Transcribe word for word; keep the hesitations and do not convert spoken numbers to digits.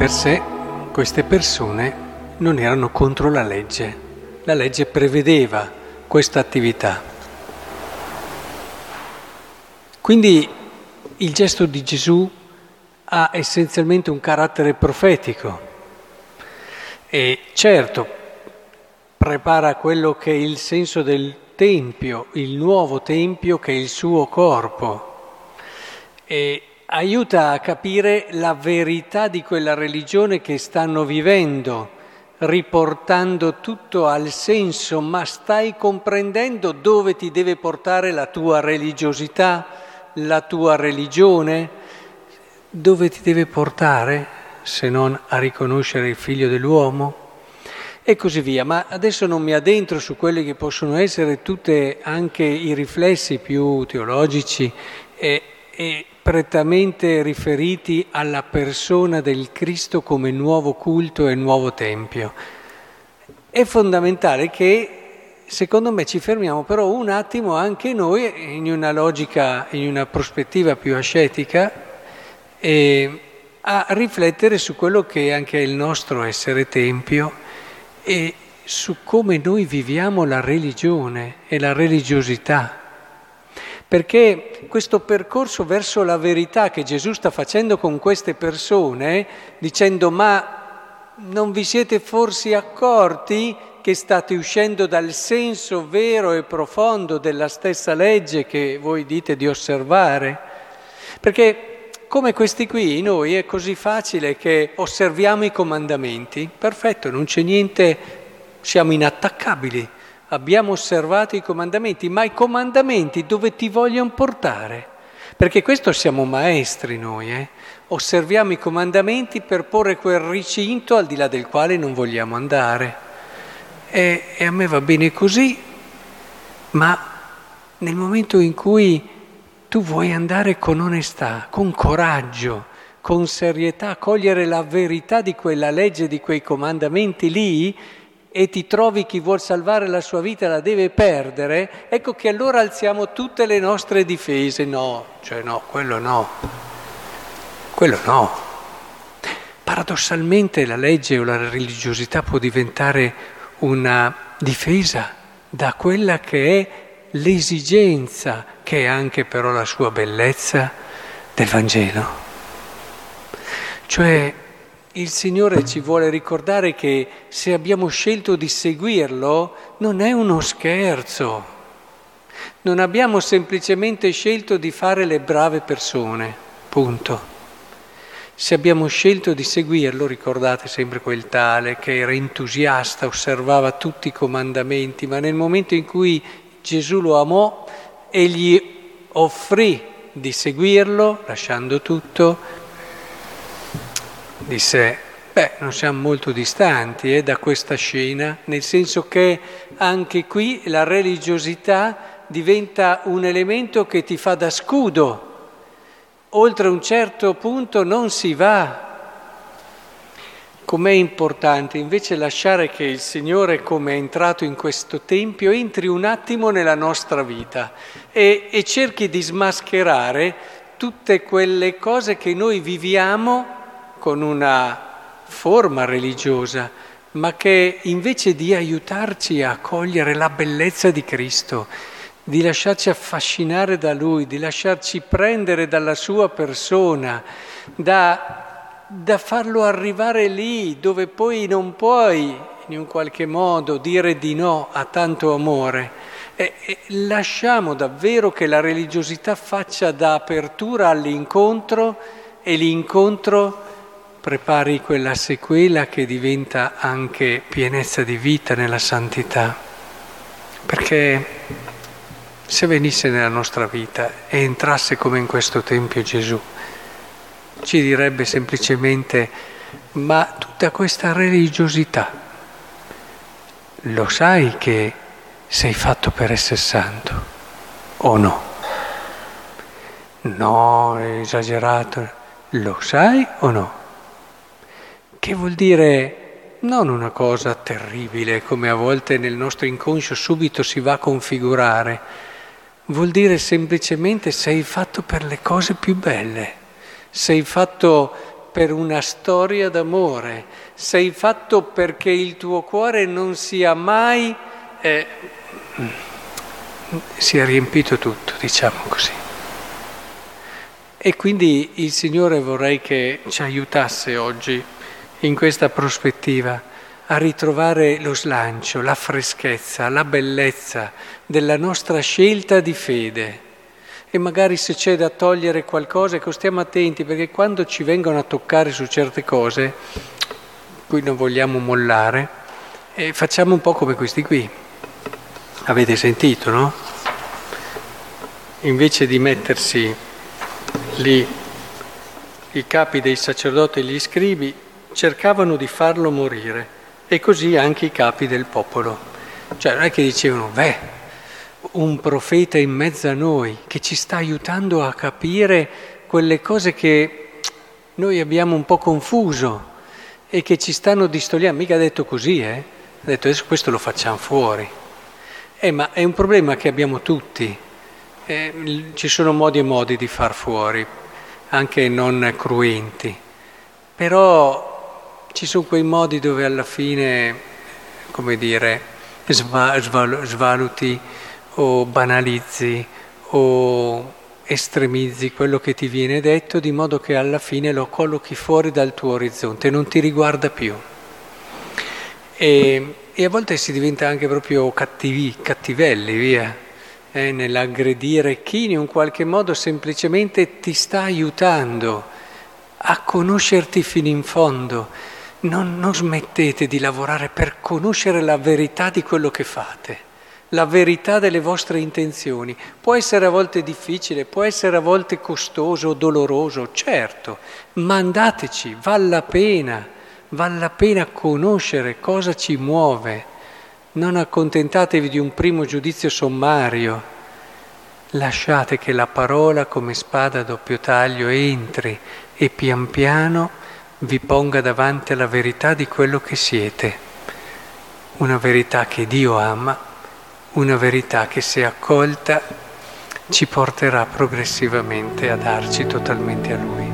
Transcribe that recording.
per sé queste persone non erano contro la legge. La legge prevedeva questa attività. Quindi il gesto di Gesù ha essenzialmente un carattere profetico e certo prepara quello che è il senso del Tempio, il nuovo Tempio che è il suo corpo, e aiuta a capire la verità di quella religione che stanno vivendo, riportando tutto al senso. Ma stai comprendendo dove ti deve portare la tua religiosità, la tua religione? Dove ti deve portare se non a riconoscere il Figlio dell'uomo? E così via. Ma adesso non mi addentro su quelli che possono essere tutte anche i riflessi più teologici e, e prettamente riferiti alla persona del Cristo come nuovo culto e nuovo Tempio. È fondamentale che, secondo me, ci fermiamo però un attimo anche noi in una logica, in una prospettiva più ascetica, e a riflettere su quello che è anche il nostro essere Tempio e su come noi viviamo la religione e la religiosità. Perché questo percorso verso la verità che Gesù sta facendo con queste persone, dicendo: ma non vi siete forse accorti che state uscendo dal senso vero e profondo della stessa legge che voi dite di osservare? Perché come questi qui, noi è così facile che osserviamo i comandamenti, perfetto, non c'è niente, siamo inattaccabili, abbiamo osservato i comandamenti, ma i comandamenti dove ti vogliono portare? Perché questo siamo maestri noi, eh? Osserviamo i comandamenti per porre quel recinto al di là del quale non vogliamo andare. E, e a me va bene così, ma nel momento in cui tu vuoi andare con onestà, con coraggio, con serietà, a cogliere la verità di quella legge, di quei comandamenti lì, e ti trovi chi vuol salvare la sua vita la deve perdere, ecco che allora alziamo tutte le nostre difese. No, cioè no, quello no, quello no. Paradossalmente la legge o la religiosità può diventare una difesa da quella che è l'esigenza, che è anche però la sua bellezza, del Vangelo. Cioè il Signore ci vuole ricordare che se abbiamo scelto di seguirlo non è uno scherzo, non abbiamo semplicemente scelto di fare le brave persone, punto. Se abbiamo scelto di seguirlo, ricordate sempre quel tale che era entusiasta, osservava tutti i comandamenti, ma nel momento in cui Gesù lo amò e gli offrì di seguirlo, lasciando tutto, disse: beh, non siamo molto distanti eh, da questa scena, nel senso che anche qui la religiosità diventa un elemento che ti fa da scudo. Oltre un certo punto non si va. Com'è importante invece lasciare che il Signore, come è entrato in questo Tempio, entri un attimo nella nostra vita e, e cerchi di smascherare tutte quelle cose che noi viviamo con una forma religiosa, ma che invece di aiutarci a cogliere la bellezza di Cristo, di lasciarci affascinare da Lui, di lasciarci prendere dalla sua persona, da... da farlo arrivare lì dove poi non puoi in un qualche modo dire di no a tanto amore. E, e lasciamo davvero che la religiosità faccia da apertura all'incontro e l'incontro prepari quella sequela che diventa anche pienezza di vita nella santità. Perché se venisse nella nostra vita e entrasse come in questo Tempio Gesù, ci direbbe semplicemente: ma tutta questa religiosità, lo sai che sei fatto per essere santo o no? No, è esagerato. Lo sai o no? Che vuol dire non una cosa terribile come a volte nel nostro inconscio subito si va a configurare, vuol dire semplicemente sei fatto per le cose più belle. Sei fatto per una storia d'amore, sei fatto perché il tuo cuore non sia mai, eh, sia riempito tutto, diciamo così. E quindi il Signore vorrei che ci aiutasse oggi in questa prospettiva a ritrovare lo slancio, la freschezza, la bellezza della nostra scelta di fede. E magari se c'è da togliere qualcosa, ecco, stiamo attenti, perché quando ci vengono a toccare su certe cose, cui non vogliamo mollare, eh, facciamo un po' come questi qui. Avete sentito, no? Invece di mettersi lì i capi dei sacerdoti e gli scribi, cercavano di farlo morire, e così anche i capi del popolo. Cioè non è che dicevano, beh, un profeta in mezzo a noi che ci sta aiutando a capire quelle cose che noi abbiamo un po' confuso e che ci stanno distogliendo. Mica ha detto così, eh? Ha detto adesso questo lo facciamo fuori. Eh, ma è un problema che abbiamo tutti. Eh, ci sono modi e modi di far fuori, anche non cruenti. Però ci sono quei modi dove alla fine, come dire, sva- sval- svaluti o banalizzi o estremizzi quello che ti viene detto, di modo che alla fine lo collochi fuori dal tuo orizzonte, non ti riguarda più. E, e a volte si diventa anche proprio cattivi, cattivelli, via, eh, nell'aggredire chi in un qualche modo semplicemente ti sta aiutando a conoscerti fino in fondo. Non, non smettete di lavorare per conoscere la verità di quello che fate, la verità delle vostre intenzioni. Può essere a volte difficile, può essere a volte costoso, doloroso, certo, ma andateci, vale la pena, vale la pena conoscere cosa ci muove. Non accontentatevi di un primo giudizio sommario, lasciate che la parola come spada a doppio taglio entri e pian piano vi ponga davanti alla verità di quello che siete, una verità che Dio ama, una verità che se accolta ci porterà progressivamente a darci totalmente a Lui.